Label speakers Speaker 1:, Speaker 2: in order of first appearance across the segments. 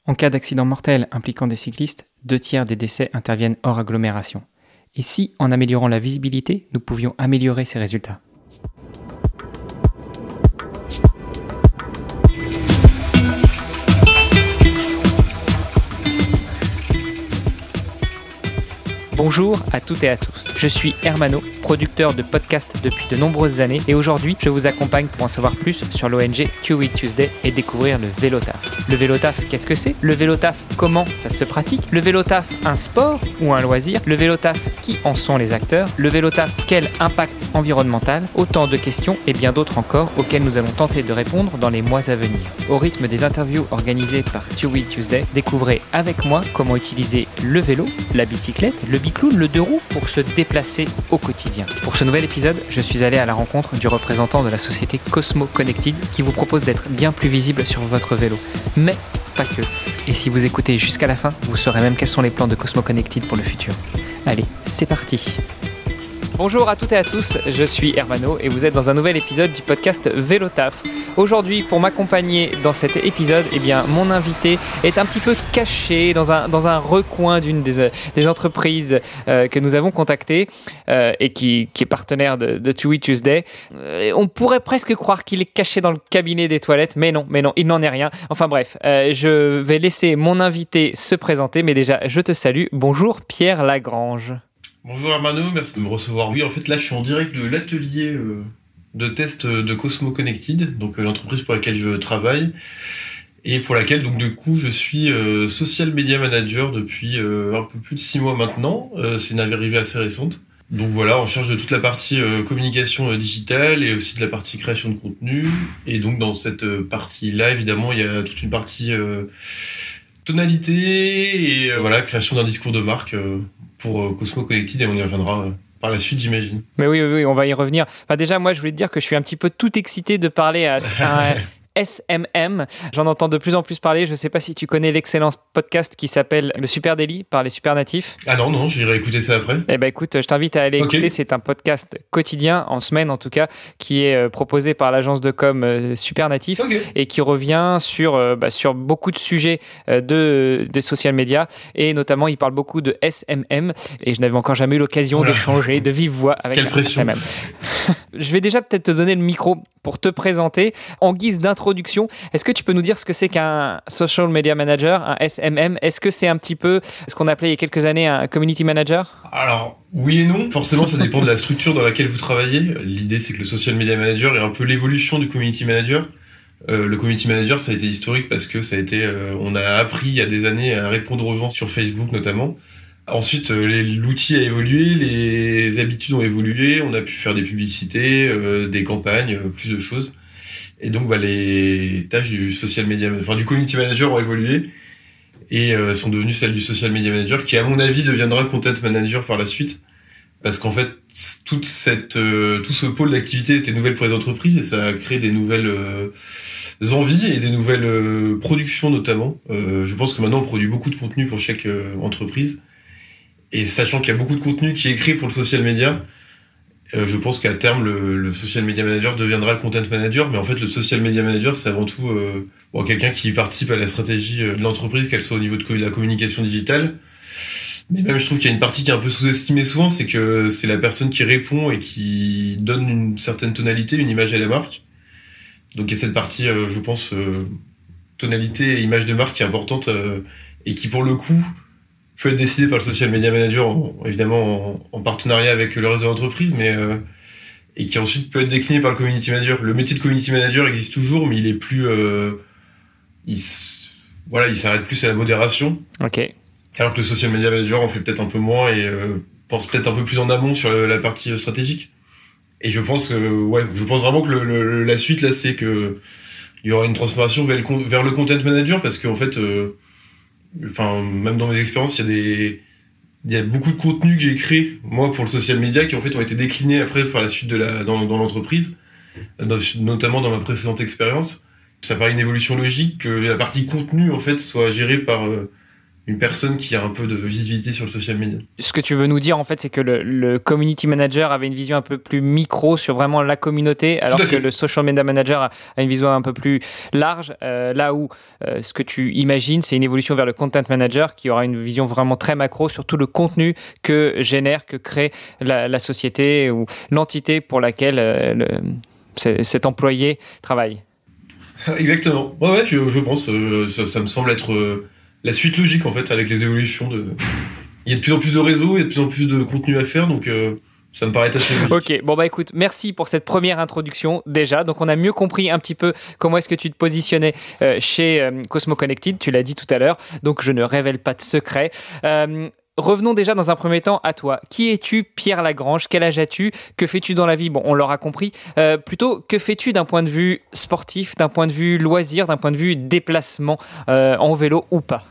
Speaker 1: En cas d'accident mortel impliquant des cyclistes, 2/3 des décès interviennent hors agglomération. Et si, en améliorant la visibilité, nous pouvions améliorer ces résultats ? Bonjour à toutes et à tous, je suis Hermano, producteur de podcasts depuis de nombreuses années et aujourd'hui je vous accompagne pour en savoir plus sur l'ONG Two Wheel Tuesday et découvrir le vélo taf. Le vélo taf, qu'est-ce que c'est ? Le vélo taf, comment ça se pratique ? Le vélo taf, un sport ou un loisir ? Le vélo taf, qui en sont les acteurs ? Le vélo taf, quel impact environnemental ? Autant de questions et bien d'autres encore auxquelles nous allons tenter de répondre dans les mois à venir. Au rythme des interviews organisées par Two Wheel Tuesday, découvrez avec moi comment utiliser le vélo, la bicyclette, le bicloune, le deux roues pour se déplacer au quotidien. Pour ce nouvel épisode, je suis allé à la rencontre du représentant de la société Cosmo Connected qui vous propose d'être bien plus visible sur votre vélo. Mais pas que. Et si vous écoutez jusqu'à la fin, vous saurez même quels sont les plans de Cosmo Connected pour le futur. Allez, c'est parti. Bonjour à toutes et à tous, je suis Hermano et vous êtes dans un nouvel épisode du podcast Vélo Taf. Aujourd'hui, pour m'accompagner dans cet épisode, mon invité est un petit peu caché dans un recoin d'une des entreprises que nous avons contactées et qui est partenaire de Two Wheel Tuesday. On pourrait presque croire qu'il est caché dans le cabinet des toilettes, mais non, il n'en est rien. Enfin bref, je vais laisser mon invité se présenter, mais déjà, je te salue. Bonjour Pierre Lagrange.
Speaker 2: Bonjour Hermano, merci de me recevoir. Oui, en fait, là, je suis en direct de l'atelier de test de Cosmo Connected, donc l'entreprise pour laquelle je travaille, et pour laquelle, donc, du coup, je suis social media manager depuis un peu plus de 6 mois maintenant. C'est une arrivée assez récente. Donc voilà, en charge de toute la partie communication digitale et aussi de la partie création de contenu. Et donc, dans cette partie-là, évidemment, il y a toute une partie tonalité et création d'un discours de marque pour Cosmo Connected, et on y reviendra par la suite, j'imagine.
Speaker 1: Mais oui, on va y revenir. Enfin, déjà, moi, je voulais te dire que je suis un petit peu tout excité de parler à SMM. J'en entends de plus en plus parler. Je ne sais pas si tu connais l'excellent podcast qui s'appelle Le Super Daily par les Super Natifs.
Speaker 2: Ah non, j'irai écouter ça après.
Speaker 1: Eh ben écoute, je t'invite à aller écouter. C'est un podcast quotidien, en semaine en tout cas, qui est proposé par l'agence de com Super Natif et qui revient sur beaucoup de sujets de social media, et notamment il parle beaucoup de SMM et je n'avais encore jamais eu l'occasion d'échanger de vive voix avec SMM. Je vais déjà peut-être te donner le micro pour te présenter. En guise d'introduction, est-ce que tu peux nous dire ce que c'est qu'un Social Media Manager, un SMM ? Est-ce que c'est un petit peu ce qu'on appelait il y a quelques années un Community Manager ?
Speaker 2: Alors, oui et non. Forcément, ça dépend de la structure dans laquelle vous travaillez. L'idée, c'est que le Social Media Manager est un peu l'évolution du Community Manager. Le Community Manager, ça a été historique parce que ça a été, on a appris il y a des années à répondre aux gens sur Facebook notamment. Ensuite, l'outil a évolué, les habitudes ont évolué, on a pu faire des publicités, des campagnes, plus de choses. Et donc, les tâches du du community manager ont évolué et sont devenues celles du social media manager, qui, à mon avis, deviendra content manager par la suite. Parce qu'en fait, tout ce pôle d'activité était nouvelle pour les entreprises et ça a créé des nouvelles envies et des nouvelles productions notamment. Je pense que maintenant, on produit beaucoup de contenu pour chaque entreprise. Et sachant qu'il y a beaucoup de contenu qui est écrit pour le social media, je pense qu'à terme, le social media manager deviendra le content manager. Mais en fait, le social media manager, c'est avant tout quelqu'un qui participe à la stratégie de l'entreprise, qu'elle soit au niveau de la communication digitale. Mais même, je trouve qu'il y a une partie qui est un peu sous-estimée souvent, c'est que c'est la personne qui répond et qui donne une certaine tonalité, une image à la marque. Donc il y a cette partie, je pense, tonalité et image de marque qui est importante et qui, pour le coup, peut être décidé par le social media manager, évidemment en partenariat avec le reste de l'entreprise, mais et qui ensuite peut être décliné par le community manager. Le métier de community manager existe toujours, mais il est plus, il s'arrête plus à la modération.
Speaker 1: Ok.
Speaker 2: Alors que le social media manager en fait peut-être un peu moins et pense peut-être un peu plus en amont sur la partie stratégique. Et je pense vraiment que la suite là, c'est que il y aura une transformation vers le content manager, parce qu'en fait, même dans mes expériences, il y a beaucoup de contenus que j'ai créés, moi, pour le social media, qui en fait ont été déclinés après par la suite dans l'entreprise, notamment dans ma précédente expérience. Ça paraît une évolution logique que la partie contenu, en fait, soit gérée par une personne qui a un peu de visibilité sur le social media.
Speaker 1: Ce que tu veux nous dire, en fait, c'est que le community manager avait une vision un peu plus micro sur vraiment la communauté, alors que le social media manager a une vision un peu plus large, là où ce que tu imagines, c'est une évolution vers le content manager qui aura une vision vraiment très macro sur tout le contenu que crée la société ou l'entité pour laquelle cet employé travaille.
Speaker 2: Exactement. Ouais, je pense. Ça me semble être la suite logique, en fait, avec les évolutions Il y a de plus en plus de réseaux, il y a de plus en plus de contenu à faire, donc ça me paraît assez logique.
Speaker 1: Ok, bon bah écoute, merci pour cette première introduction déjà. Donc on a mieux compris un petit peu comment est-ce que tu te positionnais chez Cosmo Connected, tu l'as dit tout à l'heure, donc je ne révèle pas de secret. Revenons déjà dans un premier temps à toi. Qui es-tu, Pierre Lagrange? Quel âge as-tu? Que fais-tu dans la vie? Bon, on l'aura compris. Plutôt, que fais-tu d'un point de vue sportif, d'un point de vue loisir, d'un point de vue déplacement en vélo ou pas?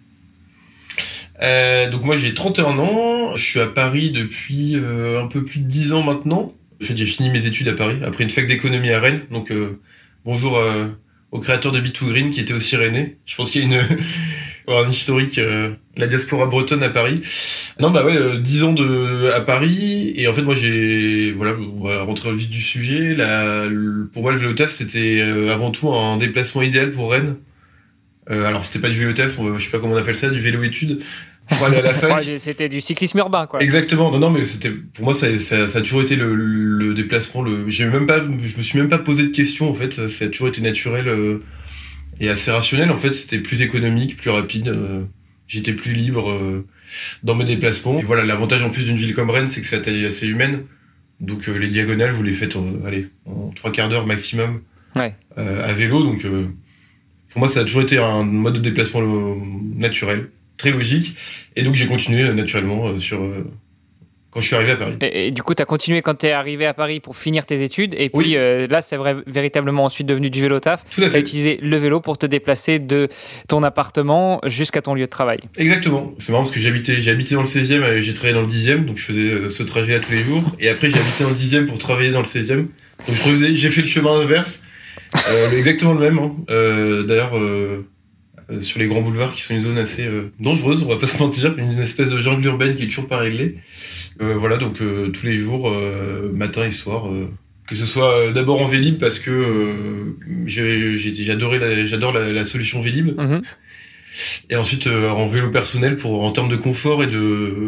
Speaker 2: Donc moi j'ai 31 ans, je suis à Paris depuis un peu plus de 10 ans maintenant. En fait j'ai fini mes études à Paris, après une fac d'économie à Rennes, donc bonjour au créateur de Bit2Green qui était aussi rennais. Je pense qu'il y a un historique, la diaspora bretonne à Paris. Non 10 ans à Paris, et en fait moi on va rentrer dans le vif du sujet. Pour moi le vélo taf c'était avant tout un déplacement idéal pour Rennes. Alors c'était pas du vélo taf, je sais pas comment on appelle ça, du vélo études pour aller à la fac.
Speaker 1: Ouais, c'était du cyclisme urbain, quoi.
Speaker 2: Exactement. Non mais c'était pour moi ça a toujours été le déplacement. Je me suis même pas posé de questions en fait. Ça a toujours été naturel et assez rationnel. En fait, c'était plus économique, plus rapide. J'étais plus libre dans mes déplacements. Et voilà, l'avantage en plus d'une ville comme Rennes, c'est que c'est à taille assez humaine. Donc les diagonales, vous les faites en 3 quarts d'heure maximum à vélo. Donc pour moi, ça a toujours été un mode de déplacement naturel, très logique. Et donc, j'ai continué naturellement quand je suis arrivé à Paris.
Speaker 1: Et du coup, tu as continué quand tu es arrivé à Paris pour finir tes études. Et puis là, c'est véritablement ensuite devenu du vélo taf.
Speaker 2: Tout à fait.
Speaker 1: Tu as utilisé le vélo pour te déplacer de ton appartement jusqu'à ton lieu de travail.
Speaker 2: Exactement. C'est marrant parce que j'ai habité dans le 16e et j'ai travaillé dans le 10e. Donc, je faisais ce trajet-là tous les jours. Et après, j'ai habité dans le 10e pour travailler dans le 16e. Donc, j'ai fait le chemin inverse. Exactement le même. D'ailleurs, sur les grands boulevards qui sont une zone assez dangereuse, on va pas se mentir, une espèce de jungle urbaine qui est toujours pas réglée. Voilà, donc tous les jours, matin et soir, que ce soit d'abord en Vélib parce que j'adore la solution Vélib, et ensuite en vélo personnel en termes de confort et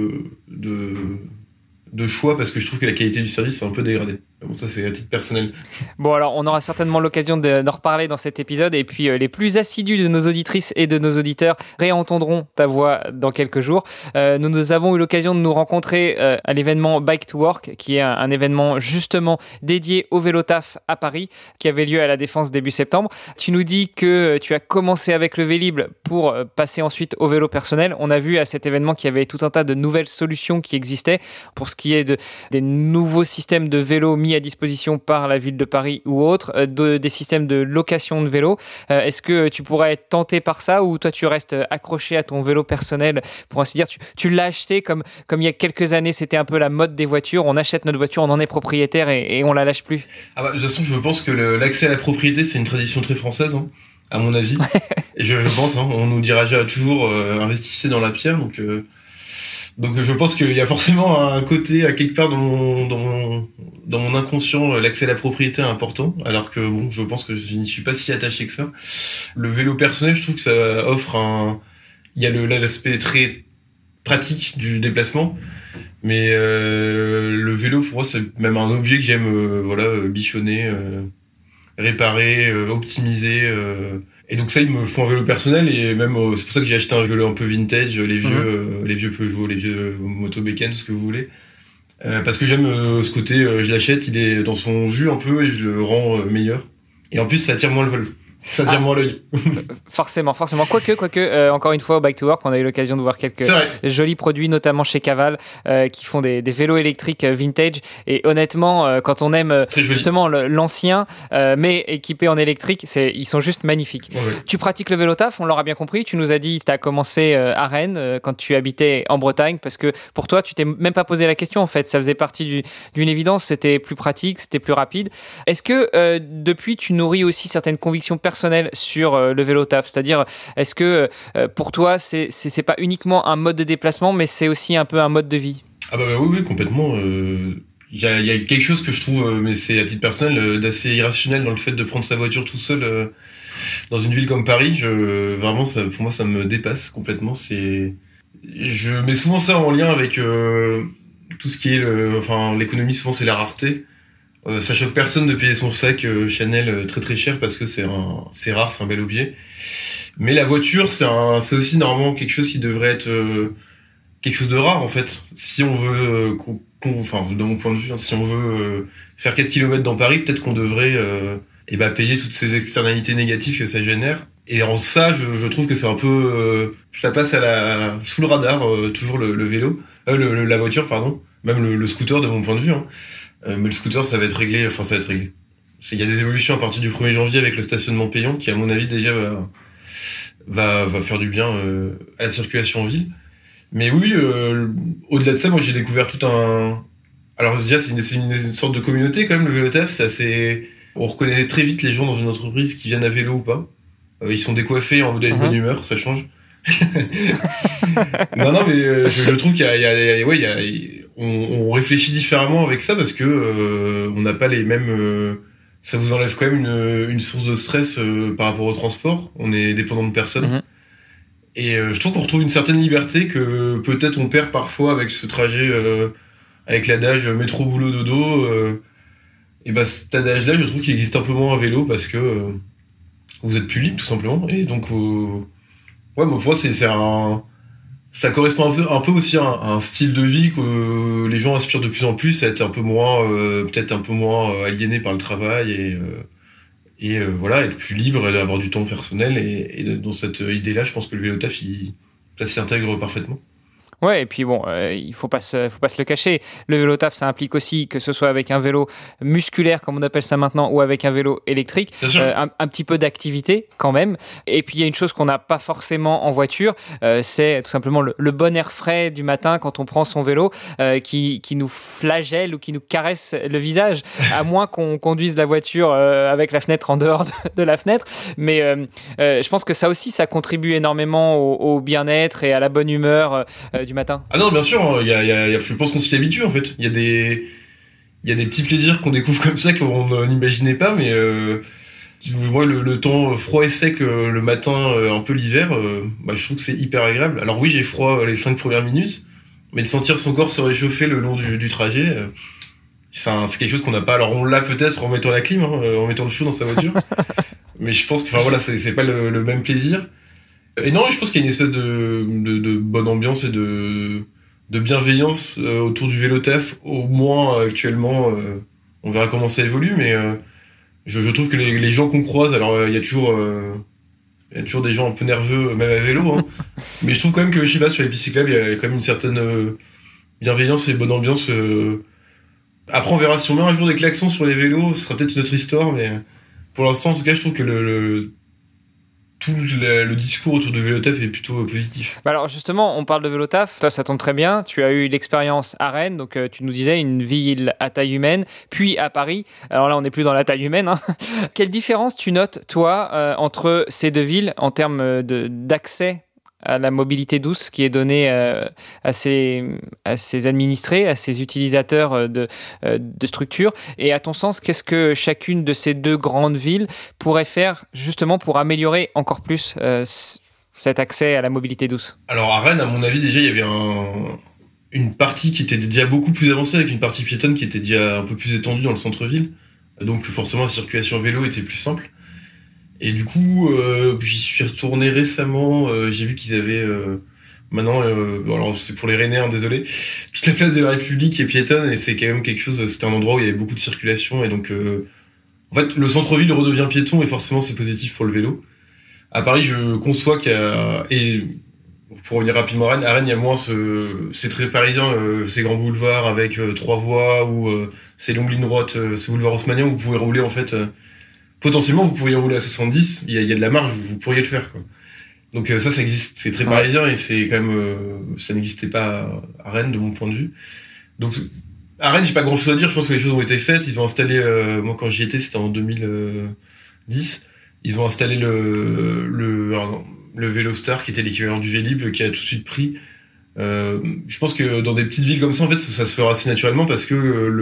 Speaker 2: de choix, parce que je trouve que la qualité du service est un peu dégradée. Bon, ça c'est à titre personnel.
Speaker 1: Bon, alors on aura certainement l'occasion d'en reparler dans cet épisode, et puis les plus assidus de nos auditrices et de nos auditeurs réentendront ta voix dans quelques jours. Nous avons eu l'occasion de nous rencontrer à l'événement Bike to Work, qui est un événement justement dédié au vélo taf à Paris, qui avait lieu à la Défense début septembre. Tu nous dis que tu as commencé avec le Vélib pour passer ensuite au vélo personnel. On a vu à cet événement qu'il y avait tout un tas de nouvelles solutions qui existaient pour ce qui est des nouveaux systèmes de vélos mis à disposition par la ville de Paris ou autres, des systèmes de location de vélos. Est-ce que tu pourrais être tenté par ça, ou toi tu restes accroché à ton vélo personnel, pour ainsi dire? Tu l'as acheté comme il y a quelques années, c'était un peu la mode des voitures, on achète notre voiture, on en est propriétaire et on la lâche plus.
Speaker 2: De toute façon, je pense que l'accès à la propriété, c'est une tradition très française, à mon avis. Et je pense, on nous dira toujours investissez dans la pierre, donc je pense qu'il y a forcément un côté, à quelque part dans mon inconscient, l'accès à la propriété est important, alors que je pense que je n'y suis pas si attaché que ça. Le vélo personnel, je trouve que ça offre il y a l'aspect très pratique du déplacement, mais le vélo, pour moi, c'est même un objet que j'aime bichonner, réparer, optimiser. Et donc ça, il me faut un vélo personnel, et même c'est pour ça que j'ai acheté un vélo un peu vintage, les vieux Peugeot, les vieux Moto Bécane, tout ce que vous voulez. Parce que j'aime ce côté, je l'achète, il est dans son jus un peu, et je le rends meilleur. Et en plus, ça attire moins le vol. Ça attire moins l'œil. Forcément.
Speaker 1: Quoique, encore une fois, au Bike to Work, on a eu l'occasion de voir quelques jolis produits, notamment chez Caval, qui font des vélos électriques vintage. Et honnêtement, quand on aime justement l'ancien, mais équipé en électrique, ils sont juste magnifiques. Ouais. Tu pratiques le vélo taf, on l'aura bien compris. Tu nous as dit que tu as commencé à Rennes, quand tu habitais en Bretagne, parce que pour toi, tu t'es même pas posé la question, en fait. Ça faisait partie d'une évidence, c'était plus pratique, c'était plus rapide. Est-ce que depuis, tu nourris aussi certaines convictions personnelles personnel sur le vélo taf. C'est-à-dire, est-ce que pour toi, c'est pas uniquement un mode de déplacement, mais c'est aussi un peu un mode de vie?
Speaker 2: Ah bah oui, complètement. Il y a quelque chose que je trouve, mais c'est à titre personnel, d'assez irrationnel dans le fait de prendre sa voiture tout seul dans une ville comme Paris. Vraiment, pour moi, ça me dépasse complètement. Je mets souvent ça en lien avec tout ce qui est l'économie. Souvent, c'est la rareté. Ça choque personne de payer son sac Chanel très très cher parce que c'est rare, c'est un bel objet. Mais la voiture, c'est aussi normalement quelque chose qui devrait être quelque chose de rare en fait. Si on veut, de mon point de vue, si on veut faire 4 kilomètres dans Paris, peut-être qu'on devrait payer toutes ces externalités négatives que ça génère. Et en ça, je trouve que c'est un peu, ça passe sous le radar, toujours le vélo, la voiture, pardon, même le scooter de mon point de vue. Hein. Mais le scooter, ça va être réglé. Il y a des évolutions à partir du 1er janvier avec le stationnement payant qui, à mon avis, déjà va faire du bien à la circulation en ville. Mais oui, au-delà de ça, moi j'ai découvert tout un... Alors déjà, c'est une sorte de communauté quand même, le vélo taf, c'est assez... On reconnaît très vite les gens dans une entreprise qui viennent à vélo ou pas. Ils sont décoiffés en mode bonne humeur, ça change. Non, mais je trouve on réfléchit différemment avec ça parce que on n'a pas les mêmes... ça vous enlève quand même une source de stress par rapport au transport. On est dépendant de personne. Et je trouve qu'on retrouve une certaine liberté que peut-être on perd parfois avec ce trajet, avec l'adage métro boulot dodo. Et cet adage-là, je trouve qu'il existe un peu moins à vélo parce que vous êtes plus libre tout simplement. Et donc, pour moi, ça correspond un peu aussi à un style de vie que les gens aspirent de plus en plus à être un peu moins, peut-être un peu moins aliénés par le travail et voilà, être plus libre et avoir du temps personnel et dans cette idée-là, je pense que le vélo taf, ça s'y intègre parfaitement.
Speaker 1: Ouais, et puis bon, il faut pas se le cacher. Le vélo taf, ça implique aussi que ce soit avec un vélo musculaire, comme on appelle ça maintenant, ou avec un vélo électrique, un petit peu d'activité quand même. Et puis il y a une chose qu'on n'a pas forcément en voiture, c'est tout simplement le bon air frais du matin quand on prend son vélo, qui nous flagelle ou qui nous caresse le visage, à moins qu'on conduise la voiture avec la fenêtre en dehors de la fenêtre. Mais je pense que ça aussi, ça contribue énormément au bien-être et à la bonne humeur du matin.
Speaker 2: Ah non, bien sûr, hein, je pense qu'on s'y habitue en fait. Il y a des petits plaisirs qu'on découvre comme ça qu'on n'imaginait pas, mais moi le temps froid et sec le matin, un peu l'hiver, je trouve que c'est hyper agréable. Alors oui, j'ai froid les 5 premières minutes, mais de sentir son corps se réchauffer le long du trajet, c'est quelque chose qu'on n'a pas. Alors on l'a peut-être en mettant la clim, en mettant le chaud dans sa voiture, mais je pense que c'est pas le même plaisir. Et non, je pense qu'il y a une espèce de bonne ambiance et de bienveillance autour du vélo taf, au moins actuellement. On verra comment ça évolue, mais je trouve que les gens qu'on croise, alors il y a toujours des gens un peu nerveux, même à vélo, hein, mais je trouve quand même que, je sais pas, sur les pistes cyclables, il y a quand même une certaine bienveillance et bonne ambiance. Après, on verra si on met un jour des klaxons sur les vélos, ce sera peut-être une autre histoire, mais pour l'instant, en tout cas, je trouve que tout le discours autour de vélo taf est plutôt positif.
Speaker 1: Alors justement, on parle de vélo taf, toi ça tombe très bien, tu as eu l'expérience à Rennes, donc tu nous disais une ville à taille humaine, puis à Paris, alors là on n'est plus dans la taille humaine. Quelle différence tu notes toi entre ces deux villes en termes d'accès à la mobilité douce qui est donnée à ses administrés, à ses utilisateurs de structures. Et à ton sens, qu'est-ce que chacune de ces deux grandes villes pourrait faire justement pour améliorer encore plus cet accès à la mobilité douce?
Speaker 2: Alors à Rennes, à mon avis, déjà, il y avait une partie qui était déjà beaucoup plus avancée, avec une partie piétonne qui était déjà un peu plus étendue dans le centre-ville. Donc forcément, la circulation vélo était plus simple. Et du coup, j'y suis retourné récemment. J'ai vu qu'ils avaient maintenant, alors c'est pour les Rennais, hein, désolé, toute la place de la République est piétonne et c'est quand même quelque chose. C'était un endroit où il y avait beaucoup de circulation et donc, en fait, le centre-ville redevient piéton et forcément c'est positif pour le vélo. À Paris, je conçois et pour revenir rapidement à Rennes, il y a moins c'est très parisien, ces grands boulevards avec 3 voies ou ces longues lignes droites, ces boulevards haussmanniens où vous pouvez rouler en fait. Potentiellement, vous pourriez rouler à 70, il y a de la marge, vous pourriez le faire, quoi. Donc ça existe, c'est très parisien et c'est quand même, ça n'existait pas à Rennes de mon point de vue. Donc à Rennes, j'ai pas grand chose à dire, je pense que les choses ont été faites, ils ont installé, moi quand j'y étais, c'était en 2010, ils ont installé le Vélostar qui était l'équivalent du Vélib qui a tout de suite pris. Je pense que dans des petites villes comme ça, en fait, ça se fera assez naturellement parce que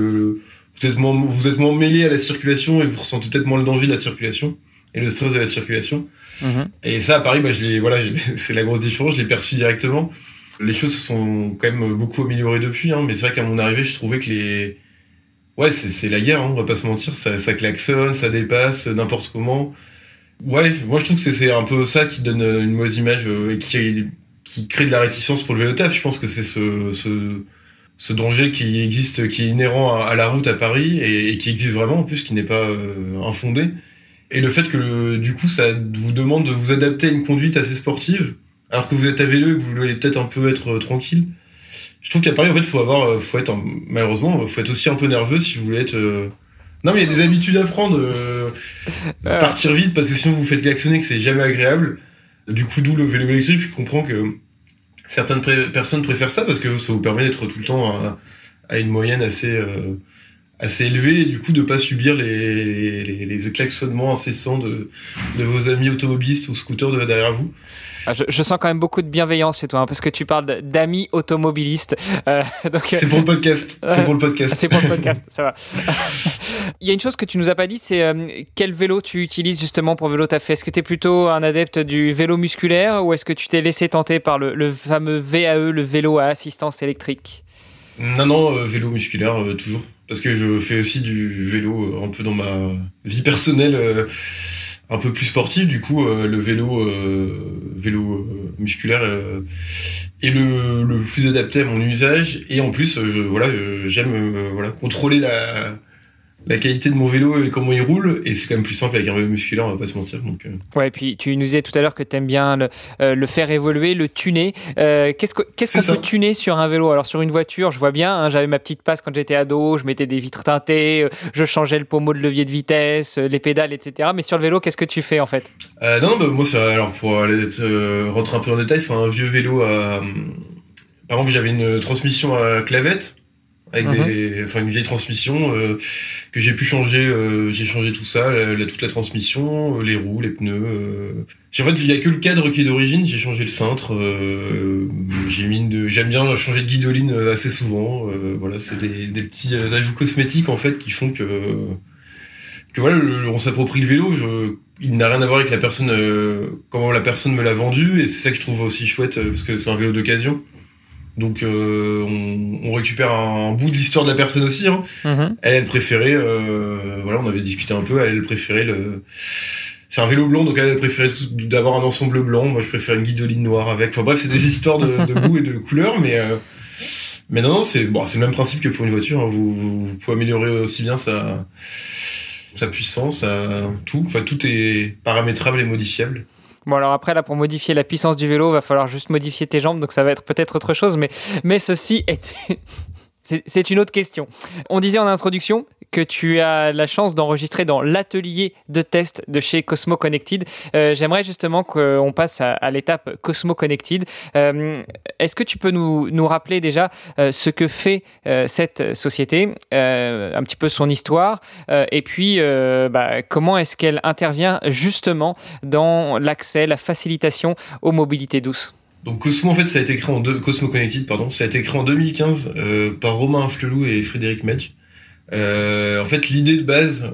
Speaker 2: vous êtes moins mêlé à la circulation et vous ressentez peut-être moins le danger de la circulation et le stress de la circulation. Et ça, à Paris, c'est la grosse différence, je l'ai perçu directement. Les choses se sont quand même beaucoup améliorées depuis, mais c'est vrai qu'à mon arrivée, je trouvais que c'est la guerre, on va pas se mentir, ça klaxonne, ça dépasse n'importe comment. Ouais, moi je trouve que c'est un peu ça qui donne une mauvaise image et qui crée de la réticence pour le vélo taf. Je pense que c'est ce danger qui existe, qui est inhérent à la route à Paris et qui existe vraiment en plus, qui n'est pas infondé. Et le fait que du coup ça vous demande de vous adapter à une conduite assez sportive, alors que vous êtes à vélo et que vous voulez peut-être un peu être tranquille. Je trouve qu'à Paris, en fait, faut être aussi un peu nerveux si vous voulez être. Non, mais il y a des habitudes à prendre. Partir vite parce que sinon vous faites klaxonner, que c'est jamais agréable. Du coup, d'où le vélo électrique. Je comprends que certaines personnes préfèrent ça parce que ça vous permet d'être tout le temps à une moyenne assez élevée et du coup de pas subir les klaxonnements incessants de vos amis automobilistes ou scooters derrière vous.
Speaker 1: Je sens quand même beaucoup de bienveillance chez toi, parce que tu parles d'amis automobilistes.
Speaker 2: C'est pour le podcast. C'est pour le podcast,
Speaker 1: ça va. Il y a une chose que tu nous as pas dit, c'est quel vélo tu utilises justement pour vélo taf. Est-ce que tu es plutôt un adepte du vélo musculaire ou est-ce que tu t'es laissé tenter par le fameux VAE, le vélo à assistance électrique ?
Speaker 2: Non, vélo musculaire, toujours. Parce que je fais aussi du vélo un peu dans ma vie personnelle. Un peu plus sportif, du coup, le vélo musculaire est le plus adapté à mon usage. Et en plus, j'aime contrôler la qualité de mon vélo et comment il roule. Et c'est quand même plus simple avec un vélo musculaire, on va pas se mentir. Donc,
Speaker 1: Ouais, et puis tu nous disais tout à l'heure que t'aimes bien le faire évoluer, le tuner. Qu'est-ce qu'on peut tuner sur un vélo ? Alors sur une voiture, je vois bien, j'avais ma petite passe quand j'étais ado, je mettais des vitres teintées, je changeais le pommeau de levier de vitesse, les pédales, etc. Mais sur le vélo, qu'est-ce que tu fais en fait ?
Speaker 2: Moi, pour aller rentrer un peu en détail, c'est un vieux vélo par exemple, j'avais une transmission à clavette. Avec une vieille transmission que j'ai pu changer. J'ai changé tout ça, toute la transmission, les roues, les pneus. En fait, il y a que le cadre qui est d'origine. J'ai changé le cintre. J'aime bien changer de guidoline assez souvent. C'est des petits ajouts cosmétiques en fait qui font que on s'approprie le vélo. Il n'a rien à voir avec la personne, comment la personne me l'a vendu, et c'est ça que je trouve aussi chouette parce que c'est un vélo d'occasion. Donc on récupère un bout de l'histoire de la personne aussi. Elle préférait, on avait discuté un peu. Elle préférait c'est un vélo blanc, donc elle préférait d'avoir un ensemble blanc. Moi, je préfère une guidoline noire avec. Enfin bref, c'est des histoires de goût et de couleur, mais non, c'est le même principe que pour une voiture. Vous pouvez améliorer aussi bien sa puissance, tout. Enfin, tout est paramétrable et modifiable.
Speaker 1: Bon, alors après, là, pour modifier la puissance du vélo, il va falloir juste modifier tes jambes, donc ça va être peut-être autre chose, mais ceci est... C'est une autre question. On disait en introduction que tu as la chance d'enregistrer dans l'atelier de test de chez Cosmo Connected. J'aimerais justement qu'on passe à l'étape Cosmo Connected. Est-ce que tu peux nous rappeler déjà ce que fait cette société, un petit peu son histoire, et puis comment est-ce qu'elle intervient justement dans l'accès, la facilitation aux mobilités douces ?
Speaker 2: Donc Cosmo, en fait, ça a été créé Cosmo Connected, ça a été créé en 2015 par Romain Flelou et Frédéric Medj. En fait, l'idée de base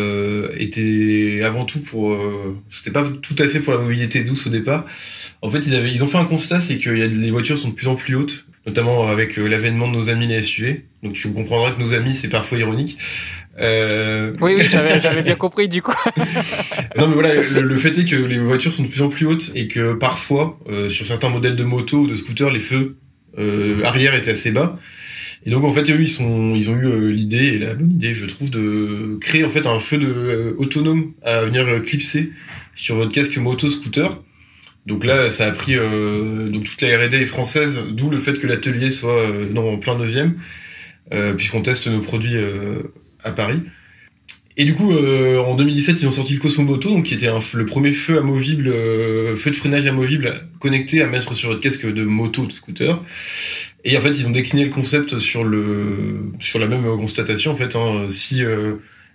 Speaker 2: était avant tout c'était pas tout à fait pour la mobilité douce au départ. En fait, ils ont fait un constat, c'est que les voitures sont de plus en plus hautes, notamment avec l'avènement de nos amis les SUV. Donc tu comprendras que nos amis, c'est parfois ironique.
Speaker 1: Oui, j'avais bien compris du coup.
Speaker 2: Non mais voilà, le fait est que les voitures sont de plus en plus hautes et que parfois, sur certains modèles de moto ou de scooter, les feux arrière étaient assez bas. Et donc en fait, eux, ils ont eu l'idée, et la bonne idée, je trouve, de créer en fait un feu autonome à venir clipser sur votre casque moto scooter. Donc là, ça a pris donc toute la R&D est française, d'où le fait que l'atelier soit en plein 9e, puisqu'on teste nos produits à Paris. Et du coup, en 2017, ils ont sorti le Cosmo Moto, donc qui était le premier feu amovible, feu de freinage amovible connecté à mettre sur votre casque de moto ou de scooter. Et en fait, ils ont décliné le concept sur la même constatation. En fait, si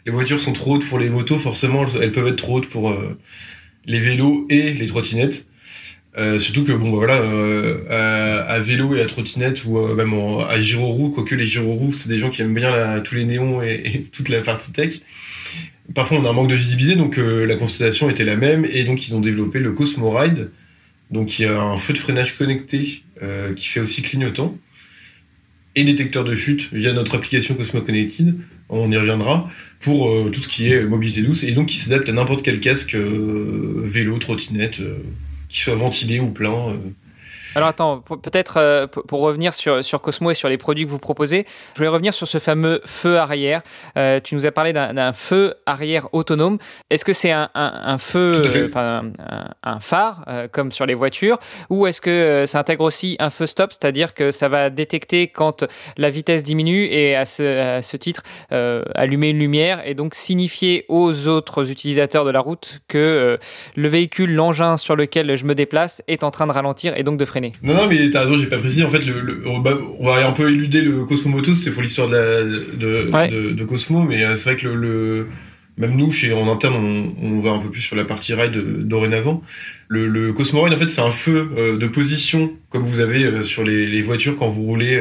Speaker 2: les voitures sont trop hautes pour les motos, forcément elles peuvent être trop hautes pour les vélos et les trottinettes. Surtout que à vélo et à trottinette ou même à gyroroue, quoique les gyroroues c'est des gens qui aiment bien tous les néons et toute la partie tech. Parfois on a un manque de visibilité, donc la constatation était la même, et donc ils ont développé le Cosmo Ride, donc il y a un feu de freinage connecté qui fait aussi clignotant et détecteur de chute via notre application Cosmo Connected, on y reviendra, pour tout ce qui est mobilité douce, et donc qui s'adapte à n'importe quel casque vélo, trottinette, qui soit ventilé ou plein.
Speaker 1: Alors attends, peut-être pour revenir sur Cosmo et sur les produits que vous proposez, je voulais revenir sur ce fameux feu arrière. Tu nous as parlé d'un feu arrière autonome. Est-ce que c'est un feu, un phare, comme sur les voitures, ou est-ce que ça intègre aussi un feu stop, c'est-à-dire que ça va détecter quand la vitesse diminue et à ce titre allumer une lumière et donc signifier aux autres utilisateurs de la route que le véhicule, l'engin sur lequel je me déplace est en train de ralentir et donc de freiner?
Speaker 2: Non, mais t'as raison, j'ai pas précisé. En fait, on va un peu éluder le Cosmo Moto, c'était pour l'histoire de Cosmo, mais c'est vrai que même nous, en interne, on va un peu plus sur la partie ride dorénavant. Le Cosmo Ride, en fait, c'est un feu de position, comme vous avez sur les voitures quand vous roulez,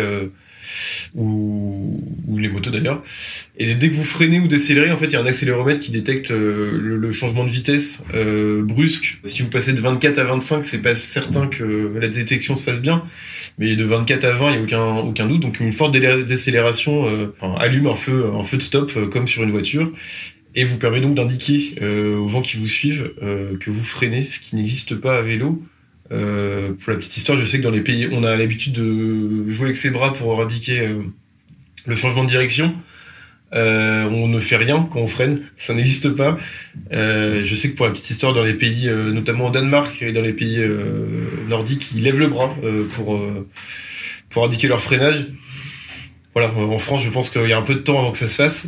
Speaker 2: ou les motos d'ailleurs. Et dès que vous freinez ou décélérez, en fait, il y a un accéléromètre qui détecte le changement de vitesse brusque. Si vous passez de 24 à 25, c'est pas certain que la détection se fasse bien, mais de 24 à 20, il y a aucun doute. Donc une forte décélération allume un feu de stop comme sur une voiture, et vous permet donc d'indiquer aux gens qui vous suivent que vous freinez, ce qui n'existe pas à vélo. Pour la petite histoire, je sais que dans les pays, on a l'habitude de jouer avec ses bras pour indiquer le changement de direction. On ne fait rien quand on freine, ça n'existe pas. Je sais que pour la petite histoire, dans les pays, notamment au Danemark et dans les pays nordiques, ils lèvent le bras pour indiquer leur freinage. Voilà, en France, je pense qu'il y a un peu de temps avant que ça se fasse.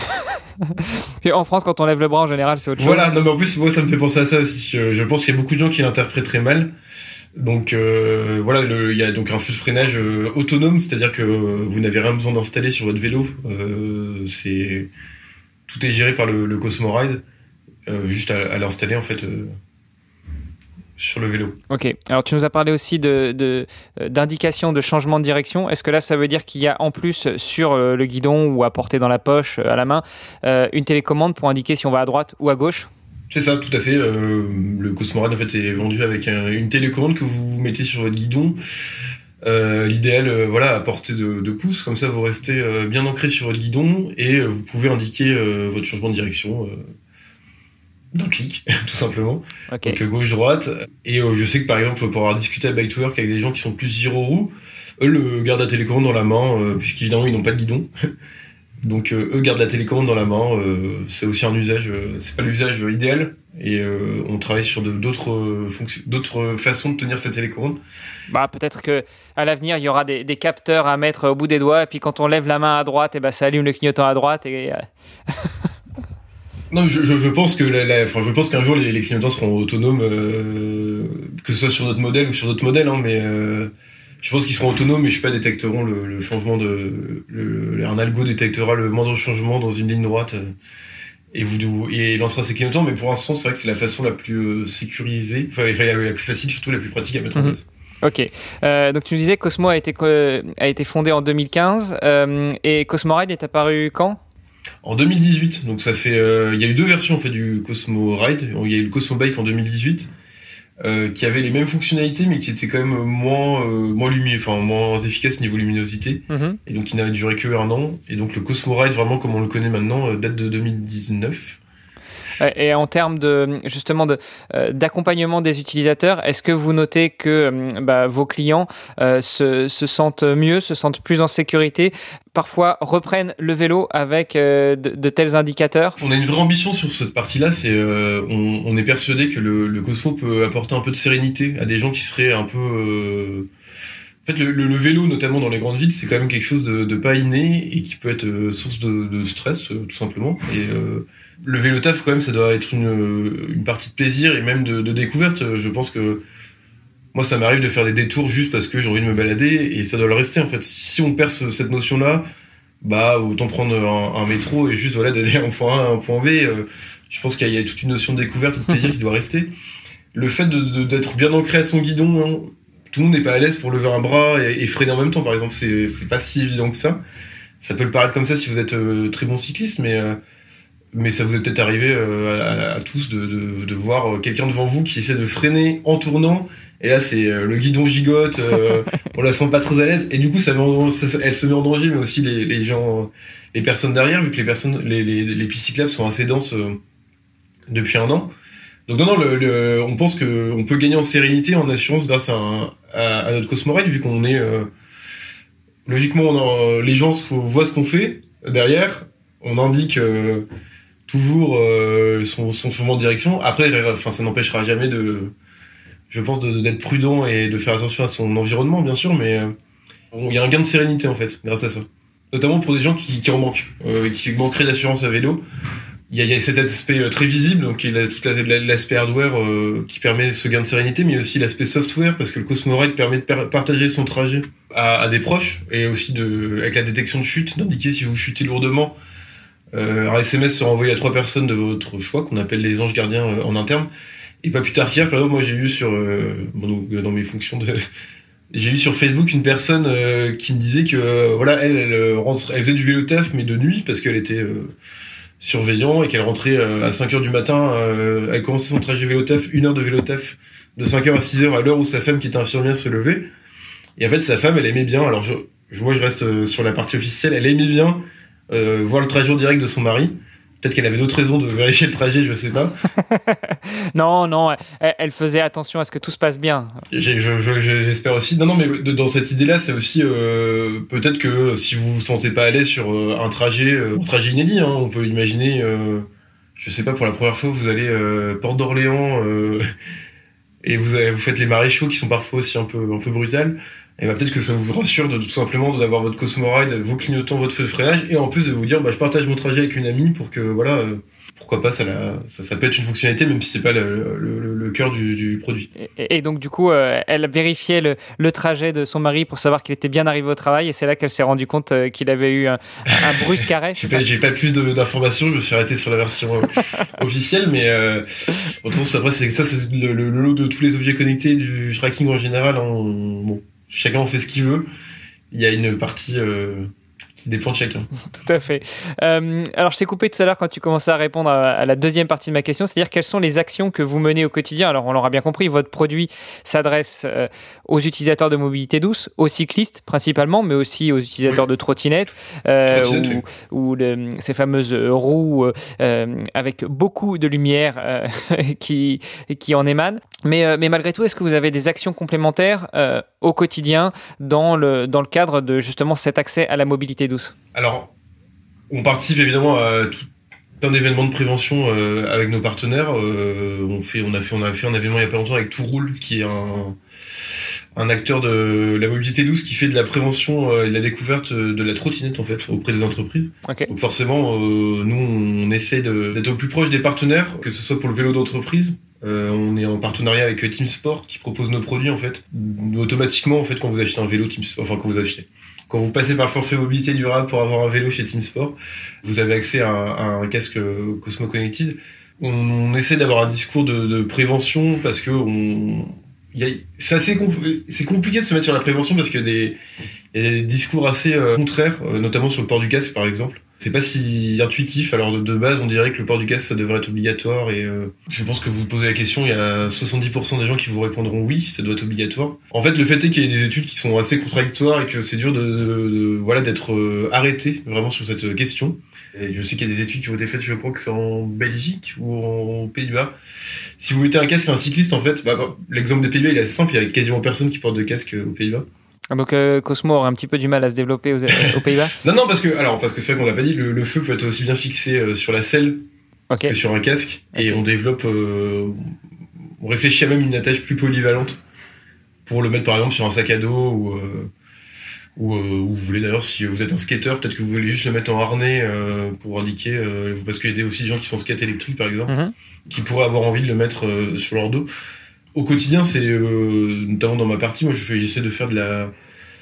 Speaker 1: Et en France, quand on lève le bras, en général, c'est autre chose.
Speaker 2: Voilà, non, mais en plus, moi, ça me fait penser à ça aussi. Je pense qu'il y a beaucoup de gens qui l'interpréteraient mal. Donc il y a donc un feu de freinage autonome, c'est-à-dire que vous n'avez rien besoin d'installer sur votre vélo. Tout est géré par le Cosmo Ride, juste à l'installer en fait sur le vélo.
Speaker 1: Ok. Alors tu nous as parlé aussi d'indication de changement de direction. Est-ce que là, ça veut dire qu'il y a en plus sur le guidon ou à porter dans la poche, à la main, une télécommande pour indiquer si on va à droite ou à gauche?
Speaker 2: C'est ça, tout à fait. Le Cosmo Ride en fait est vendu avec une télécommande que vous mettez sur votre guidon. L'idéal, à portée de pouce, comme ça vous restez bien ancré sur votre guidon et vous pouvez indiquer votre changement de direction d'un clic, tout simplement.
Speaker 1: Okay.
Speaker 2: Donc gauche-droite. Et je sais que par exemple, pour avoir discuté à Bike to Work avec des gens qui sont plus gyro-roue, eux le gardent la télécommande dans la main, puisqu'évidemment ils n'ont pas de guidon. Donc eux gardent la télécommande dans la main, c'est aussi un usage, c'est pas l'usage idéal, et on travaille sur d'autres façons de tenir cette télécommande.
Speaker 1: Peut-être que à l'avenir il y aura des capteurs à mettre au bout des doigts, et puis quand on lève la main à droite, ça allume le clignotant à droite.
Speaker 2: Non, je pense que je pense qu'un jour les clignotants seront autonomes, que ce soit sur notre modèle ou sur d'autres modèles, mais je pense qu'ils seront autonomes, mais détecteront le changement un algo détectera le moindre changement dans une ligne droite et lancera ses clignotants. Mais pour l'instant, c'est vrai que c'est la façon la plus sécurisée, la plus facile, surtout la plus pratique à mettre en place.
Speaker 1: Ok. Donc tu nous disais que Cosmo a été fondé en 2015 et Cosmo Ride est apparu quand ?
Speaker 2: En 2018. Donc ça fait, il y a eu deux versions en fait du Cosmo Ride. Il y a eu le Cosmo Bike en 2018. Qui avait les mêmes fonctionnalités mais qui était quand même moins efficace niveau luminosité, et donc il n'a duré que 1 an, et donc le Cosmo Ride vraiment comme on le connaît maintenant date de 2019.
Speaker 1: Et en termes d'accompagnement des utilisateurs, est-ce que vous notez que vos clients se sentent mieux, se sentent plus en sécurité, parfois reprennent le vélo avec de tels indicateurs ? On
Speaker 2: a une vraie ambition sur cette partie-là, c'est on est persuadé que le Cosmo peut apporter un peu de sérénité à des gens qui seraient un peu... En fait, le vélo, notamment dans les grandes villes, c'est quand même quelque chose de pas inné et qui peut être source de stress, tout simplement. Et le vélo taf, quand même, ça doit être une partie de plaisir et même de découverte. Je pense que moi, ça m'arrive de faire des détours juste parce que j'ai envie de me balader, et ça doit le rester, en fait. Si on perd cette notion-là, autant prendre un métro et juste d'aller d'un point A à un point B. Je pense qu'il y a toute une notion de découverte et de plaisir qui doit rester. Le fait d'être bien ancré à son guidon, hein, tout le monde n'est pas à l'aise pour lever un bras et freiner en même temps, par exemple. C'est pas si évident que ça. Ça peut le paraître comme ça si vous êtes très bon cycliste, mais ça vous est peut-être arrivé à tous de voir quelqu'un devant vous qui essaie de freiner en tournant, et là c'est le guidon gigote, on la sent pas très à l'aise, et du coup elle se met en danger, mais aussi les gens, les personnes derrière, vu que les pistes cyclables sont assez denses depuis 1 an. Donc non, on pense qu'on peut gagner en sérénité, en assurance grâce à notre Cosmoride, vu qu'on est logiquement les gens voient ce qu'on fait derrière, on indique toujours son mouvement de direction. Après, ça n'empêchera jamais d'être prudent et de faire attention à son environnement, bien sûr, mais il y a un gain de sérénité en fait grâce à ça, notamment pour des gens qui en manquent, qui manqueraient d'assurance à vélo. Il y a cet aspect très visible, donc il y a tout l'aspect hardware qui permet ce gain de sérénité, mais il y a aussi l'aspect software, parce que le Cosmoride permet de partager son trajet à des proches, et aussi avec la détection de chute, d'indiquer si vous chutez lourdement. Un SMS sera envoyé à 3 personnes de votre choix, qu'on appelle les anges gardiens en interne. Et pas plus tard qu'hier, par exemple, moi j'ai eu dans mes fonctions j'ai eu sur Facebook une personne qui me disait que elle faisait du vélo taf, mais de nuit, parce qu'elle était surveillant et qu'elle rentrait à 5h du matin, elle commençait son trajet vélo taf, 1 heure de vélo taf, de 5h à 6h, à l'heure où sa femme qui était infirmière se levait. Et en fait, sa femme, elle aimait bien, alors moi je reste sur la partie officielle, elle aimait bien voir le trajet en direct de son mari. Peut-être qu'elle avait d'autres raisons de vérifier le trajet, je sais pas.
Speaker 1: Non, elle faisait attention à ce que tout se passe bien.
Speaker 2: J'espère aussi. Non, mais dans cette idée-là, c'est aussi peut-être que si vous vous sentez pas à l'aise sur un trajet inédit, hein, on peut imaginer, je sais pas, pour la première fois, vous allez Porte d'Orléans et vous faites les maréchaux qui sont parfois aussi un peu brutales. Et peut-être que ça vous rassure tout simplement d'avoir votre Cosmoride, vos clignotants, votre feu de freinage, et en plus de vous dire je partage mon trajet avec une amie pour que pourquoi pas, ça peut être une fonctionnalité même si c'est pas le cœur du produit.
Speaker 1: Et donc du coup elle vérifiait le trajet de son mari pour savoir qu'il était bien arrivé au travail, et c'est là qu'elle s'est rendue compte qu'il avait eu un brusque arrêt.
Speaker 2: J'ai pas plus d'informations, je me suis arrêté sur la version officielle, mais après c'est le lot de tous les objets connectés du tracking en général. Chacun en fait ce qu'il veut. Il y a une partie qui dépend de chacun.
Speaker 1: Tout à fait. Alors, je t'ai coupé tout à l'heure quand tu commençais à répondre à la deuxième partie de ma question, c'est-à-dire quelles sont les actions que vous menez au quotidien. Alors, on l'aura bien compris, votre produit s'adresse aux utilisateurs de mobilité douce, aux cyclistes principalement, mais aussi aux utilisateurs de trottinettes, ou ces fameuses roues avec beaucoup de lumière qui en émanent. Mais malgré tout, est-ce que vous avez des actions complémentaires au quotidien dans le cadre de justement cet accès à la mobilité douce?
Speaker 2: Alors, on participe évidemment à tout plein d'événements de prévention avec nos partenaires. On a fait un événement il y a pas longtemps avec Tout Roule, qui est un acteur de la mobilité douce qui fait de la prévention et de la découverte de la trottinette en fait auprès des entreprises.
Speaker 1: Okay.
Speaker 2: Donc forcément, nous on essaie d'être au plus proche des partenaires, que ce soit pour le vélo d'entreprise. On est en partenariat avec Team Sport qui propose nos produits en fait automatiquement en fait quand vous achetez un vélo quand vous passez par le forfait mobilité durable pour avoir un vélo chez Team Sport, vous avez accès à un casque Cosmo Connected. On essaie d'avoir un discours de prévention parce que c'est compliqué de se mettre sur la prévention parce qu'il y a des discours assez contraires, notamment sur le port du casque par exemple. C'est pas si intuitif, alors de base on dirait que le port du casque ça devrait être obligatoire et je pense que vous posez la question, il y a 70% des gens qui vous répondront oui, ça doit être obligatoire. En fait le fait est qu'il y ait des études qui sont assez contradictoires et que c'est dur d'être arrêté vraiment sur cette question. Et je sais qu'il y a des études qui ont été faites, je crois que c'est en Belgique ou aux Pays-Bas. Si vous mettez un casque à un cycliste en fait, l'exemple des Pays-Bas il est assez simple, il y a quasiment personne qui porte de casque aux Pays-Bas.
Speaker 1: Donc Cosmo aurait un petit peu du mal à se développer aux Pays-Bas.
Speaker 2: Non, parce que c'est vrai qu'on l'a pas dit, le feu peut être aussi bien fixé sur la selle que sur un casque. Okay. Et on développe, on réfléchit à même une attache plus polyvalente pour le mettre par exemple sur un sac à dos ou vous voulez d'ailleurs, si vous êtes un skateur, peut-être que vous voulez juste le mettre en harnais pour indiquer, parce qu'il y a aussi des gens qui font skate électrique par exemple, qui pourraient avoir envie de le mettre sur leur dos. Au quotidien, c'est notamment dans ma partie, moi j'essaie de faire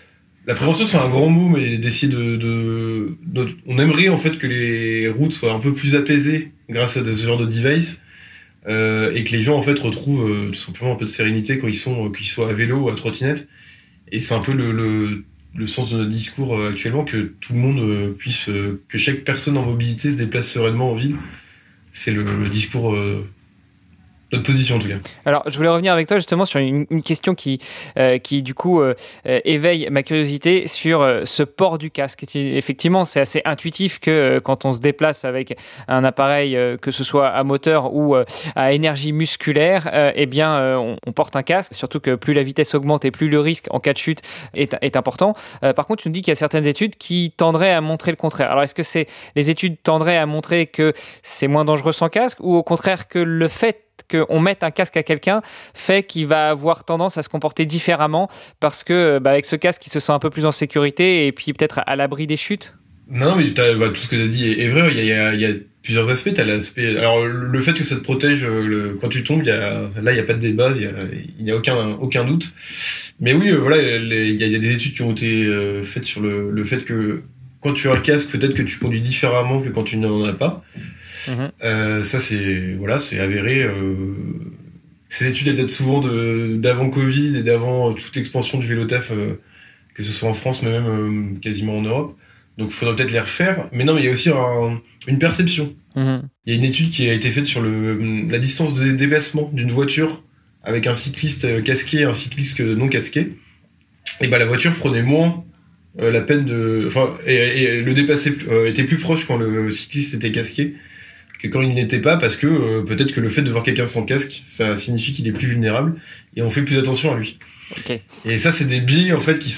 Speaker 2: La prévention, c'est un grand mot, mais d'essayer on aimerait en fait que les routes soient un peu plus apaisées grâce à ce genre de device, et que les gens en fait retrouvent tout simplement un peu de sérénité quand qu'ils soient à vélo ou à trottinette. Et c'est un peu le sens de notre discours actuellement, que tout le monde que chaque personne en mobilité se déplace sereinement en ville. C'est le discours, notre position en tout cas.
Speaker 1: Alors, je voulais revenir avec toi justement sur une question qui du coup, éveille ma curiosité sur ce port du casque. Effectivement, c'est assez intuitif que quand on se déplace avec un appareil, que ce soit à moteur ou à énergie musculaire, on porte un casque, surtout que plus la vitesse augmente et plus le risque en cas de chute est important. Par contre, tu nous dis qu'il y a certaines études qui tendraient à montrer le contraire. Alors, est-ce que les études tendraient à montrer que c'est moins dangereux sans casque, ou au contraire que le fait qu'on mette un casque à quelqu'un fait qu'il va avoir tendance à se comporter différemment parce que avec ce casque, il se sent un peu plus en sécurité et puis peut-être à l'abri des chutes?
Speaker 2: Non, mais tout ce que tu as dit est vrai. Il y a plusieurs aspects. T'as l'aspect, alors le fait que ça te protège quand tu tombes, là il y a pas de débat, il y a aucun doute. Mais oui, voilà, il y a des études qui ont été faites sur le fait que quand tu as le casque, peut-être que tu conduis différemment que quand tu n'en as pas. Ça c'est avéré. Ces études elles datent souvent d'avant Covid et d'avant toute l'expansion du vélo taf, que ce soit en France mais même quasiment en Europe. Donc il faudra peut-être les refaire. Mais non, mais il y a aussi une perception. Il y a une étude qui a été faite sur la distance de déplacement d'une voiture avec un cycliste casqué et un cycliste non casqué. Et la voiture prenait moins la peine et le déplacer était plus proche quand le cycliste était casqué que quand il n'était pas, parce que peut-être que le fait de voir quelqu'un sans casque, ça signifie qu'il est plus vulnérable et on fait plus attention à lui.
Speaker 1: Okay. Et
Speaker 2: ça, c'est des biais en fait qui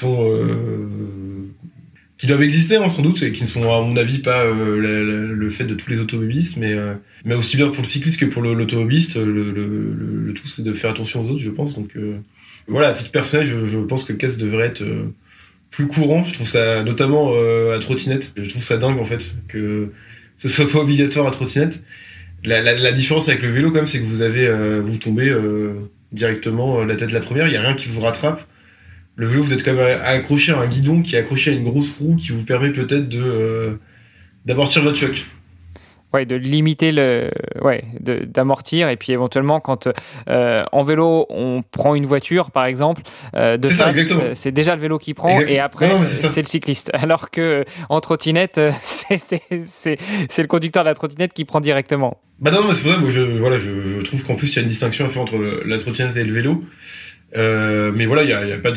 Speaker 2: doivent exister sans doute, et qui ne sont à mon avis pas le fait de tous les automobilistes, mais aussi bien pour le cycliste que pour l'automobiliste, le tout c'est de faire attention aux autres, je pense. Donc voilà, à titre personnel, je pense que le casque devrait être plus courant. Je trouve ça, notamment à trottinette, je trouve ça dingue en fait que ce soit pas obligatoire à trottinette. La différence avec le vélo quand même, c'est que vous tombez directement la tête la première, il y a rien qui vous rattrape. Le vélo, vous êtes quand même accroché à un guidon qui est accroché à une grosse roue qui vous permet peut-être d'amortir votre choc.
Speaker 1: Ouais, de limiter d'amortir, et puis éventuellement quand en vélo on prend une voiture par exemple de face, c'est déjà le vélo qui prend. Et après c'est le cycliste, alors que en trottinette c'est le conducteur de la trottinette qui prend directement.
Speaker 2: Non, mais c'est pour ça que je trouve qu'en plus il y a une distinction à faire entre la trottinette et le vélo, mais voilà, il y a pas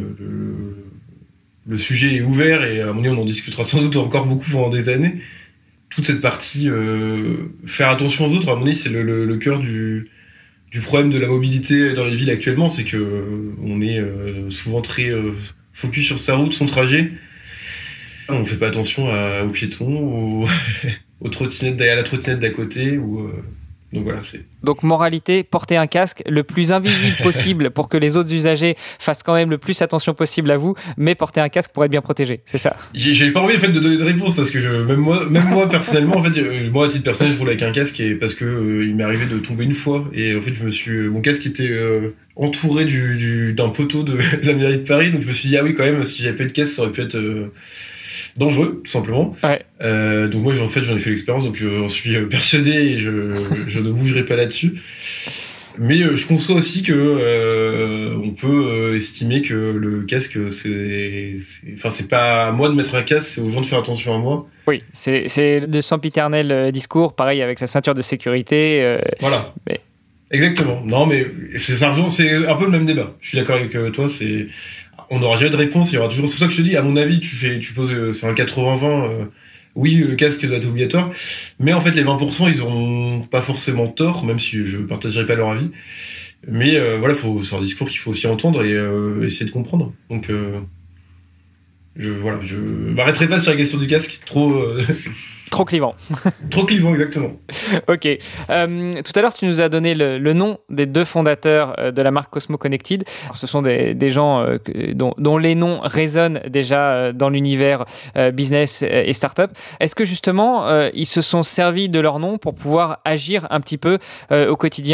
Speaker 2: le sujet est ouvert, et à mon avis on en discutera sans doute encore beaucoup pendant des années. Toute cette partie faire attention aux autres, à mon avis, c'est le cœur du problème de la mobilité dans les villes actuellement, c'est que on est souvent très focus sur sa route, son trajet. On fait pas attention aux piétons, aux trottinettes, à la trottinette d'à côté, donc voilà,
Speaker 1: Donc moralité, porter un casque le plus invisible possible pour que les autres usagers fassent quand même le plus attention possible à vous, mais porter un casque pour être bien protégé, c'est ça.
Speaker 2: J'ai pas envie en fait de donner de réponse, parce que même moi personnellement, en fait, moi à titre personnel, je roule avec un casque, et parce que il m'est arrivé de tomber une fois, et en fait mon casque était entouré d'un poteau de la mairie de Paris, donc je me suis dit ah oui, quand même, si j'avais pas eu de casque, ça aurait pu être dangereux, tout simplement. Ouais. Donc moi, j'en ai fait l'expérience, donc j'en suis persuadé, et je ne bougerai pas là-dessus. Mais je conçois aussi que on peut estimer que le casque, c'est pas à moi de mettre un casque, c'est aux gens de faire attention à moi.
Speaker 1: Oui, c'est le sempiternel discours, pareil avec la ceinture de sécurité.
Speaker 2: Voilà. Mais... Exactement. Non, mais c'est un peu le même débat. Je suis d'accord avec toi, on n'aura jamais de réponse, il y aura toujours. C'est pour ça que je te dis, à mon avis, tu poses, c'est un 80-20, oui, le casque doit être obligatoire, mais en fait, les 20%, ils auront pas forcément tort, même si je partagerai pas leur avis. Mais c'est un discours qu'il faut aussi entendre et essayer de comprendre. Donc, je m'arrêterai pas sur la question du casque,
Speaker 1: Trop clivant.
Speaker 2: Trop clivant, exactement.
Speaker 1: Ok. Tout à l'heure, tu nous as donné le nom des deux fondateurs de la marque Cosmo Connected. Alors, ce sont des gens dont les noms résonnent déjà dans l'univers business et start-up. Est-ce que justement, ils se sont servis de leur nom pour pouvoir agir un petit peu au quotidien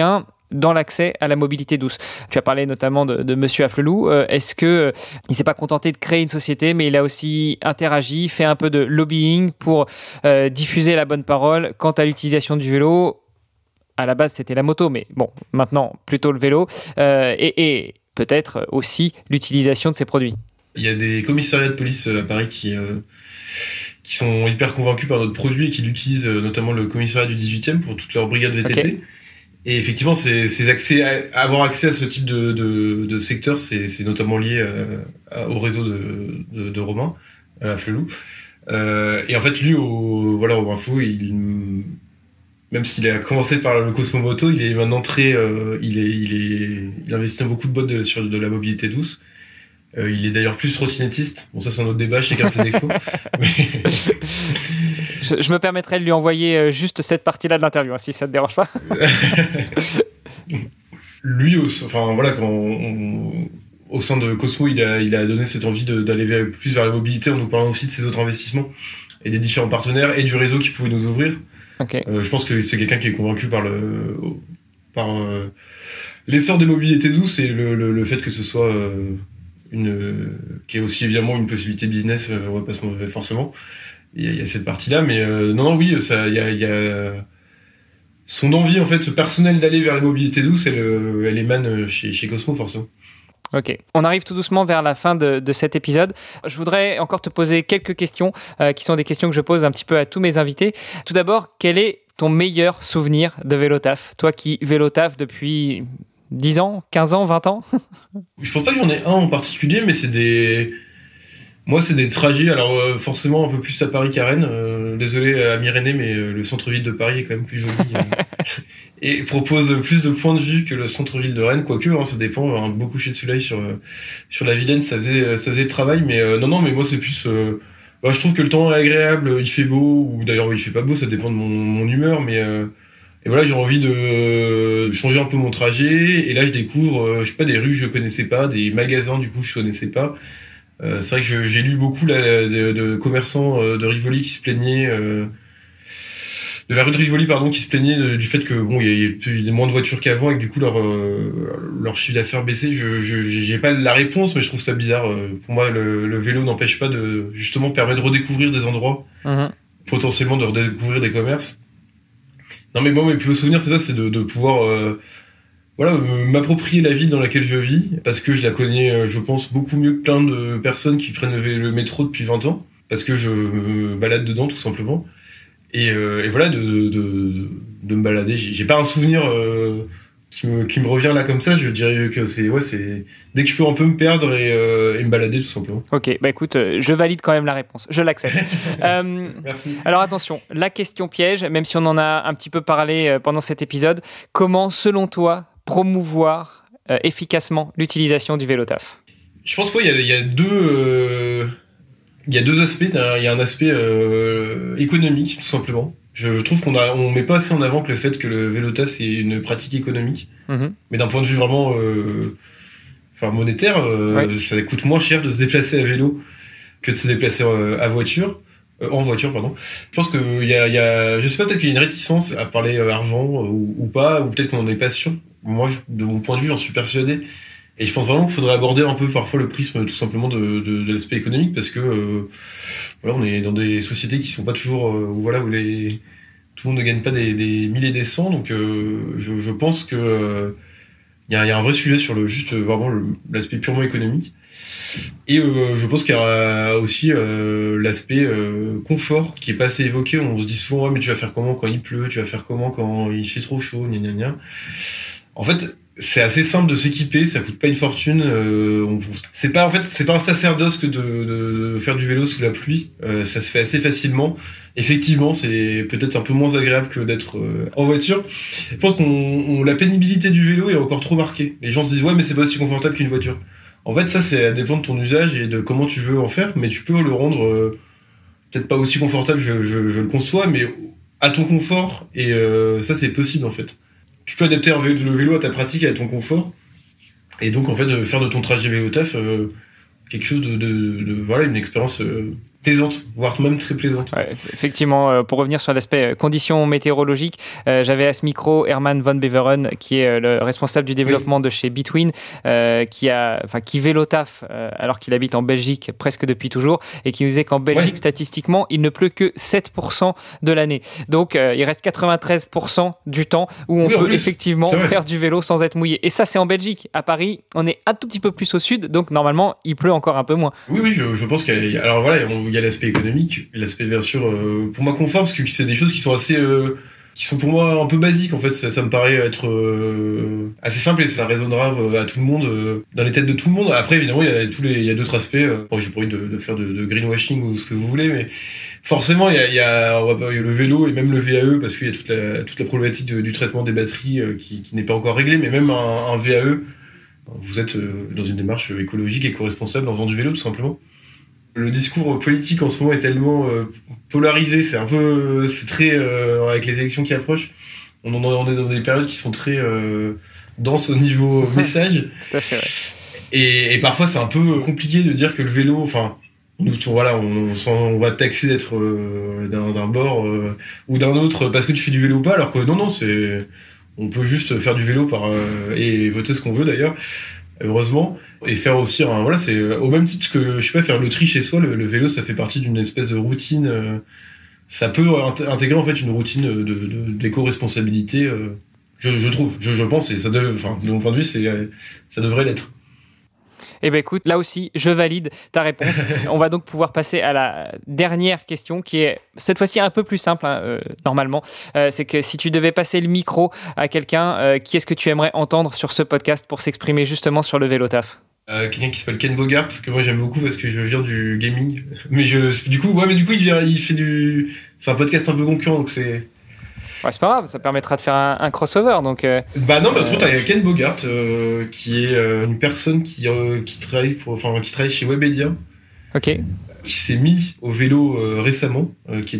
Speaker 1: dans l'accès à la mobilité douce. Tu as parlé notamment de Monsieur Afflelou. Est-ce que il s'est pas contenté de créer une société, mais il a aussi interagi, fait un peu de lobbying pour diffuser la bonne parole quant à l'utilisation du vélo? À la base, c'était la moto, mais bon, maintenant, plutôt le vélo. Et peut-être aussi l'utilisation de ces produits.
Speaker 2: Il y a des commissariats de police à Paris qui sont hyper convaincus par notre produit et qui l'utilisent, notamment le commissariat du 18e pour toute leur brigade VTT. Okay. Et effectivement, avoir accès à ce type de secteur, c'est notamment lié au réseau de Romain, Afflelou. Et en fait, lui, au Info, même s'il a commencé par le Cosmomoto, il est maintenant il investit dans beaucoup de boîtes sur de la mobilité douce. Il est d'ailleurs plus trottinettiste. Bon, ça, c'est un autre débat, chacun ses défauts. Mais...
Speaker 1: je me permettrai de lui envoyer juste cette partie-là de l'interview, hein, si ça te dérange pas.
Speaker 2: Lui, au sein de Cosmo, il a donné cette envie d'aller plus vers la mobilité en nous parlant aussi de ses autres investissements et des différents partenaires et du réseau qui pouvait nous ouvrir.
Speaker 1: Okay.
Speaker 2: Je pense que c'est quelqu'un qui est convaincu par l'essor des mobilités douces et le fait que ce soit qui est aussi évidemment une possibilité business, on va pas se montrer forcément. Il y a cette partie-là, mais oui, ça, il y a son envie en fait personnelle d'aller vers la mobilité douce, elle émane chez Cosmo forcément.
Speaker 1: Ok, on arrive tout doucement vers la fin de cet épisode. Je voudrais encore te poser quelques questions qui sont des questions que je pose un petit peu à tous mes invités. Tout d'abord, quel est ton meilleur souvenir de vélo-taf? Toi qui vélo-taf depuis 10 ans, 15 ans, 20 ans?
Speaker 2: Je pense pas que j'en ai un en particulier, mais c'est des trajets, alors forcément un peu plus à Paris qu'à Rennes. Désolé à Myrénées, mais le centre-ville de Paris est quand même plus joli et propose plus de points de vue que le centre-ville de Rennes, quoique ça dépend. Un beau coucher de soleil sur la Vilaine, ça faisait le travail, mais mais moi c'est plus... je trouve que le temps est agréable, il fait beau, ou d'ailleurs il fait pas beau, ça dépend de mon humeur, mais... Et voilà, j'ai envie de changer un peu mon trajet, et là je découvre, des rues que je connaissais pas, des magasins du coup je connaissais pas. C'est vrai que j'ai lu beaucoup de commerçants de Rivoli qui se plaignaient de la rue de Rivoli qui se plaignaient du fait que il y a moins de voitures qu'avant et que du coup leur chiffre d'affaires baissait. J'ai pas la réponse, mais je trouve ça bizarre. Pour moi, le vélo n'empêche pas justement permet de redécouvrir des endroits, potentiellement de redécouvrir des commerces. Non mais moi mes plus beaux souvenirs c'est de pouvoir m'approprier la ville dans laquelle je vis, parce que je la connais, je pense, beaucoup mieux que plein de personnes qui prennent le métro depuis 20 ans, parce que je me balade dedans, tout simplement. Et voilà, de me balader. J'ai pas un souvenir qui me revient là comme ça, je dirais que c'est dès que je peux un peu me perdre et me balader, tout simplement.
Speaker 1: Ok, bah écoute, je valide quand même la réponse, je l'accepte.
Speaker 2: Merci.
Speaker 1: Alors attention, la question piège, même si on en a un petit peu parlé pendant cet épisode, comment, selon toi, promouvoir efficacement l'utilisation du vélo-taf?
Speaker 2: Je pense qu'il y a deux aspects. Il y a un aspect économique, tout simplement. Je trouve qu'on met pas assez en avant que le fait que le vélo-taf c'est une pratique économique, mais d'un point de vue vraiment monétaire, ça coûte moins cher de se déplacer à vélo que de se déplacer en voiture, pardon. Je pense qu'il y a, je sais pas, peut-être qu'il y a une réticence à parler argent ou pas, ou peut-être qu'on n'en est pas sûr. Moi, de mon point de vue, j'en suis persuadé. Et je pense vraiment qu'il faudrait aborder un peu parfois le prisme tout simplement de l'aspect économique, parce que on est dans des sociétés qui sont pas toujours où tout le monde ne gagne pas des milliers et des cents, donc je pense que il y a un vrai sujet sur l'aspect purement économique. Et je pense qu'il y aura aussi l'aspect confort qui est pas assez évoqué. On se dit souvent mais tu vas faire comment quand il pleut, tu vas faire comment quand il fait trop chaud, gna gna gna. En fait, c'est assez simple de s'équiper, ça coûte pas une fortune. C'est pas un sacerdoce que de faire du vélo sous la pluie. Ça se fait assez facilement. Effectivement, c'est peut-être un peu moins agréable que d'être en voiture. Je pense la pénibilité du vélo est encore trop marquée. Les gens se disent ouais, mais c'est pas aussi confortable qu'une voiture. En fait, ça dépend de ton usage et de comment tu veux en faire, mais tu peux le rendre peut-être pas aussi confortable, je le conçois, mais à ton confort. Et ça, c'est possible en fait. Tu peux adapter le vélo à ta pratique et à ton confort, et donc en fait faire de ton trajet vélo-taf quelque chose une expérience plaisante, voire même très plaisante.
Speaker 1: Ouais, effectivement, pour revenir sur l'aspect conditions météorologiques, j'avais à ce micro Herman von Beveren, qui est le responsable du développement de chez Between, qui vélotaffe alors qu'il habite en Belgique presque depuis toujours, et qui nous disait qu'en Belgique, statistiquement, il ne pleut que 7% de l'année. Donc, il reste 93% du temps où on peut effectivement faire du vélo sans être mouillé. Et ça, c'est en Belgique. À Paris, on est un tout petit peu plus au sud, donc normalement, il pleut encore un peu moins.
Speaker 2: Oui, je pense qu'il y a... Alors voilà, il y a l'aspect économique, l'aspect bien sûr pour moi confort, parce que c'est des choses qui sont assez qui sont pour moi un peu basiques en fait. Ça me paraît être assez simple et ça résonnera à tout le monde, dans les têtes de tout le monde. Après évidemment il y a d'autres aspects. Bon, j'ai pas envie de faire de greenwashing ou ce que vous voulez, mais forcément il y a le vélo et même le VAE, parce qu'il y a toute la problématique du traitement des batteries qui n'est pas encore réglée, mais même un VAE, vous êtes dans une démarche écologique et éco-responsable en faisant du vélo tout simplement. Le discours politique en ce moment est tellement polarisé, c'est très avec les élections qui approchent, on est dans des périodes qui sont très denses au niveau message.
Speaker 1: Tout à fait, ouais.
Speaker 2: Et parfois c'est un peu compliqué de dire que le vélo, enfin voilà, on va te taxer d'être d'un bord ou d'un autre parce que tu fais du vélo ou pas, alors que non, on peut juste faire du vélo et voter ce qu'on veut d'ailleurs, heureusement, et faire aussi c'est au même titre que je sais pas, faire le tri chez soi. Le vélo, ça fait partie d'une espèce de routine, ça peut intégrer en fait une routine d'éco-responsabilité, je trouve, je pense, et de mon point de vue ça devrait l'être.
Speaker 1: Eh bien écoute, là aussi, je valide ta réponse. On va donc pouvoir passer à la dernière question, qui est cette fois-ci un peu plus simple, normalement. C'est que si tu devais passer le micro à quelqu'un, qui est-ce que tu aimerais entendre sur ce podcast pour s'exprimer justement sur le vélotaf ?
Speaker 2: Quelqu'un qui s'appelle Ken Bogart, que moi j'aime beaucoup parce que je viens du gaming. Mais du coup il fait c'est un podcast un peu concurrent, donc c'est...
Speaker 1: Ouais, c'est pas grave, ça permettra de faire un crossover. Donc,
Speaker 2: t'as Ken Bogart, qui est une personne qui travaille chez Webedia.
Speaker 1: Ok.
Speaker 2: Qui s'est mis au vélo récemment, qui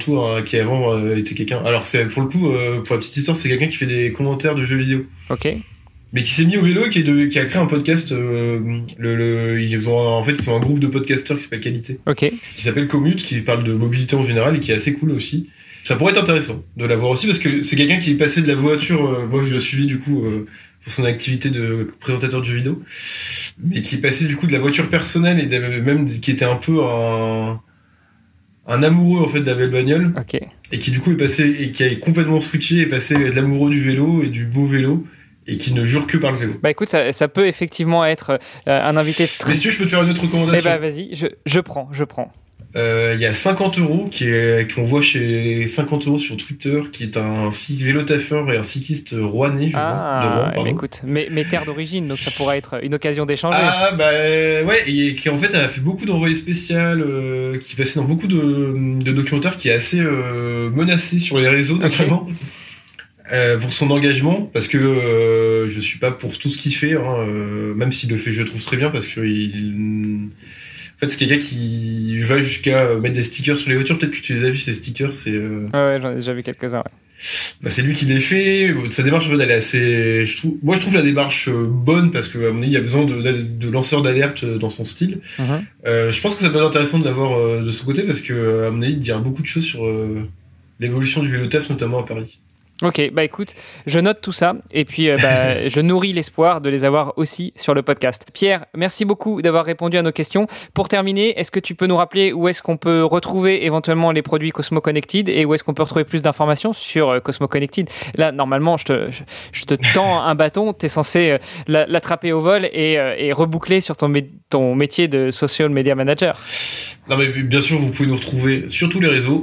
Speaker 2: a avant été quelqu'un. Alors c'est pour le coup, pour la petite histoire, c'est quelqu'un qui fait des commentaires de jeux vidéo.
Speaker 1: Ok.
Speaker 2: Mais qui s'est mis au vélo et qui a créé un podcast. Ils ont un groupe de podcasteurs qui s'appelle Qualité.
Speaker 1: Ok.
Speaker 2: Qui s'appelle Commute, qui parle de mobilité en général et qui est assez cool aussi. Ça pourrait être intéressant de l'avoir aussi, parce que c'est quelqu'un qui est passé de la voiture, moi je l'ai suivi du coup pour son activité de présentateur de jeux vidéo, mais qui est passé du coup de la voiture personnelle et même qui était un peu un amoureux en fait de la belle bagnole, et qui du coup est passé et qui a complètement switché et passé de l'amoureux du vélo et du beau vélo, et qui ne jure que par le vélo.
Speaker 1: Bah écoute, ça peut effectivement être un invité très...
Speaker 2: Messieurs, je peux te faire une autre recommandation.
Speaker 1: Eh bah vas-y, je prends.
Speaker 2: Il y a 50 € qu'on voit chez 50 € sur Twitter, qui est un vélotaffeur et un cycliste rouennais, de Rouen, pardon.
Speaker 1: Mais écoute, mes terres d'origine, donc ça pourra être une occasion d'échanger.
Speaker 2: Et qui en fait a fait beaucoup d'envoyés spéciaux, qui passait dans beaucoup de documentaires, qui est assez menacé sur les réseaux notamment. Pour son engagement, parce que je suis pas pour tout ce qu'il fait, même s'il le fait, je trouve très bien, parce que en fait, c'est quelqu'un qui va jusqu'à mettre des stickers sur les voitures. Peut-être que tu les as vus, ces stickers.
Speaker 1: Ouais, j'en ai déjà vu quelques-uns. Ouais.
Speaker 2: C'est lui qui les fait. Sa démarche, en fait, elle est assez... je trouve la démarche bonne, parce qu'à mon avis, il y a besoin de lanceurs d'alerte dans son style. Je pense que ça peut être intéressant de l'avoir de ce côté, parce que à mon avis, il dira beaucoup de choses sur l'évolution du vélotaf, notamment à Paris.
Speaker 1: Ok, bah écoute, je note tout ça et puis je nourris l'espoir de les avoir aussi sur le podcast. Pierre, merci beaucoup d'avoir répondu à nos questions. Pour terminer, est-ce que tu peux nous rappeler où est-ce qu'on peut retrouver éventuellement les produits Cosmo Connected et où est-ce qu'on peut retrouver plus d'informations sur Cosmo Connected ? Là, normalement, je te tends un bâton, tu es censé l'attraper au vol et reboucler sur ton métier de social media manager.
Speaker 2: Non, mais bien sûr, vous pouvez nous retrouver sur tous les réseaux,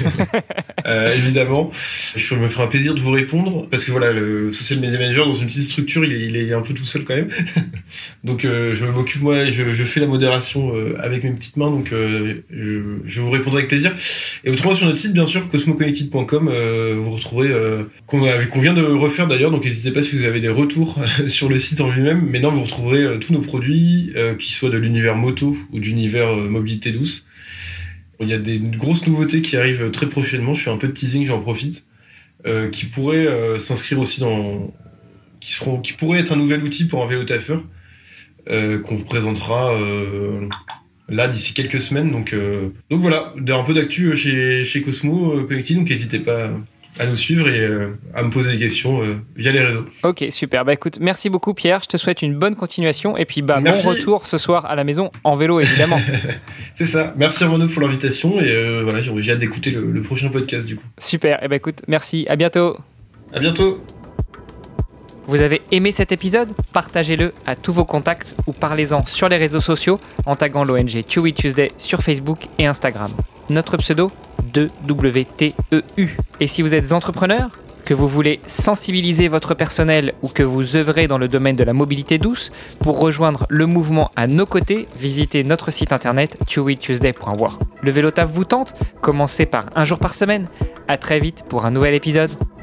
Speaker 2: évidemment. Je me ferai un plaisir de vous répondre, parce que voilà, le social media manager dans une petite structure, il est un peu tout seul quand même. Donc je m'occupe, moi, je fais la modération avec mes petites mains, donc je vous répondrai avec plaisir. Et autrement, sur notre site, bien sûr, cosmoconnected.com, vous retrouverez qu'on vient de refaire d'ailleurs, donc n'hésitez pas si vous avez des retours sur le site en lui-même. Mais non, vous retrouverez tous nos produits, qu'ils soient de l'univers moto ou d'univers mobilité douce. Il y a des grosses nouveautés qui arrivent très prochainement. Je fais un peu de teasing, j'en profite, qui pourraient s'inscrire aussi qui pourraient être un nouvel outil pour un vélotaffeur, qu'on vous présentera là d'ici quelques semaines. Donc voilà, un peu d'actu chez Cosmo Connected, donc n'hésitez pas à nous suivre et à me poser des questions via les réseaux.
Speaker 1: Ok, super. Bah écoute, merci beaucoup Pierre, je te souhaite une bonne continuation et puis bon retour ce soir à la maison en vélo évidemment.
Speaker 2: C'est ça. Merci Armano pour l'invitation et voilà, j'ai hâte d'écouter le prochain podcast du coup.
Speaker 1: Super. Et bah écoute, merci. À bientôt.
Speaker 2: À bientôt.
Speaker 1: Vous avez aimé cet épisode ? Partagez-le à tous vos contacts ou parlez-en sur les réseaux sociaux en taguant l'ONG TUI Tuesday sur Facebook et Instagram. Notre pseudo 2WTEU. Et si vous êtes entrepreneur, que vous voulez sensibiliser votre personnel ou que vous œuvrez dans le domaine de la mobilité douce, pour rejoindre le mouvement à nos côtés, visitez notre site internet tuituesday.work. Le vélo taf vous tente ? Commencez par 1 jour par semaine. À très vite pour un nouvel épisode.